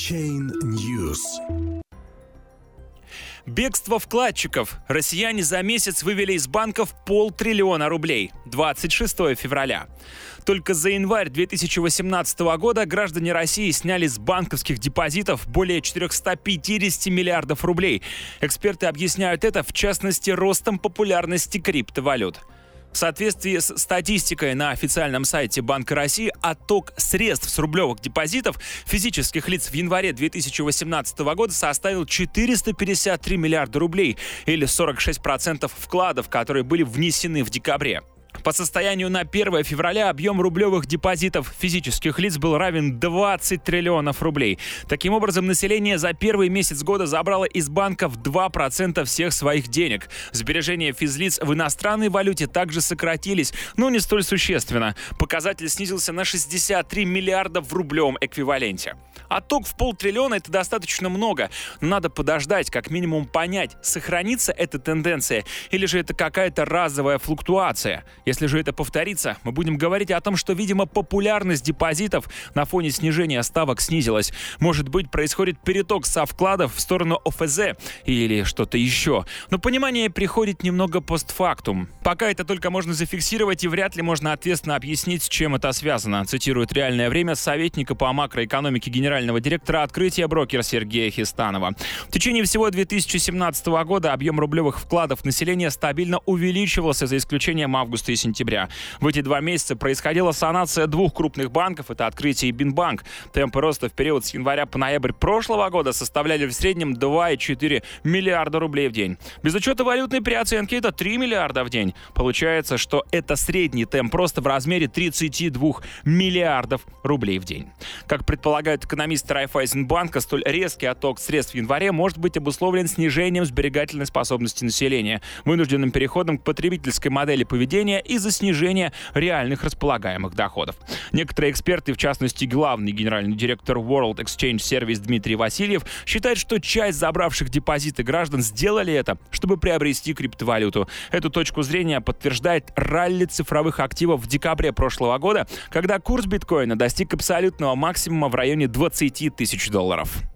Chain News. Бегство вкладчиков. Россияне за месяц вывели из банков 500 billion рублей. 26 февраля. Только за январь 2018 года граждане России сняли с банковских депозитов более 450 миллиардов рублей. Эксперты объясняют это, в частности, ростом популярности криптовалют. В соответствии с статистикой на официальном сайте Банка России, отток средств с рублевых депозитов физических лиц в январе 2018 года составил 453 миллиарда рублей, или 46% вкладов, которые были внесены в декабре. По состоянию на 1 февраля объем рублевых депозитов физических лиц был равен 20 триллионов рублей. Таким образом, население за первый месяц года забрало из банков 2% всех своих денег. Сбережения физлиц в иностранной валюте также сократились, но не столь существенно. Показатель снизился на 63 миллиарда в рублевом эквиваленте. Отток в 500 billion — это достаточно много, но надо подождать, как минимум понять, сохранится эта тенденция или же это какая-то разовая флуктуация. Если же это повторится, мы будем говорить о том, что, видимо, популярность депозитов на фоне снижения ставок снизилась. Может быть, происходит переток со вкладов в сторону ОФЗ или что-то еще. Но понимание приходит немного постфактум. Пока это только можно зафиксировать, и вряд ли можно ответственно объяснить, с чем это связано, цитирует «Реальное время» советника по макроэкономике генерального директора «Открытия» брокера Сергея Хистанова. В течение всего 2017 года объем рублевых вкладов населения стабильно увеличивался, за исключением августа и сентября. В эти 2 месяца происходила санация 2 крупных банков, это «Открытие» и Бинбанк. Темпы роста в период с января по ноябрь прошлого года составляли в среднем 2,4 миллиарда рублей в день. Без учета валютной переоценки это 3 миллиарда в день. Получается, что это средний темп роста в размере 32 миллиардов рублей в день. Как предполагают экономисты Райффайзенбанка, столь резкий отток средств в январе может быть обусловлен снижением сберегательной способности населения, вынужденным переходом к потребительской модели поведения из-за снижения реальных располагаемых доходов. Некоторые эксперты, в частности главный генеральный директор World Exchange Service Дмитрий Васильев, считают, что часть забравших депозиты граждан сделали это, чтобы приобрести криптовалюту. Эту точку зрения подтверждает ралли цифровых активов в декабре прошлого года, когда курс биткоина достиг абсолютного максимума в районе $20 000.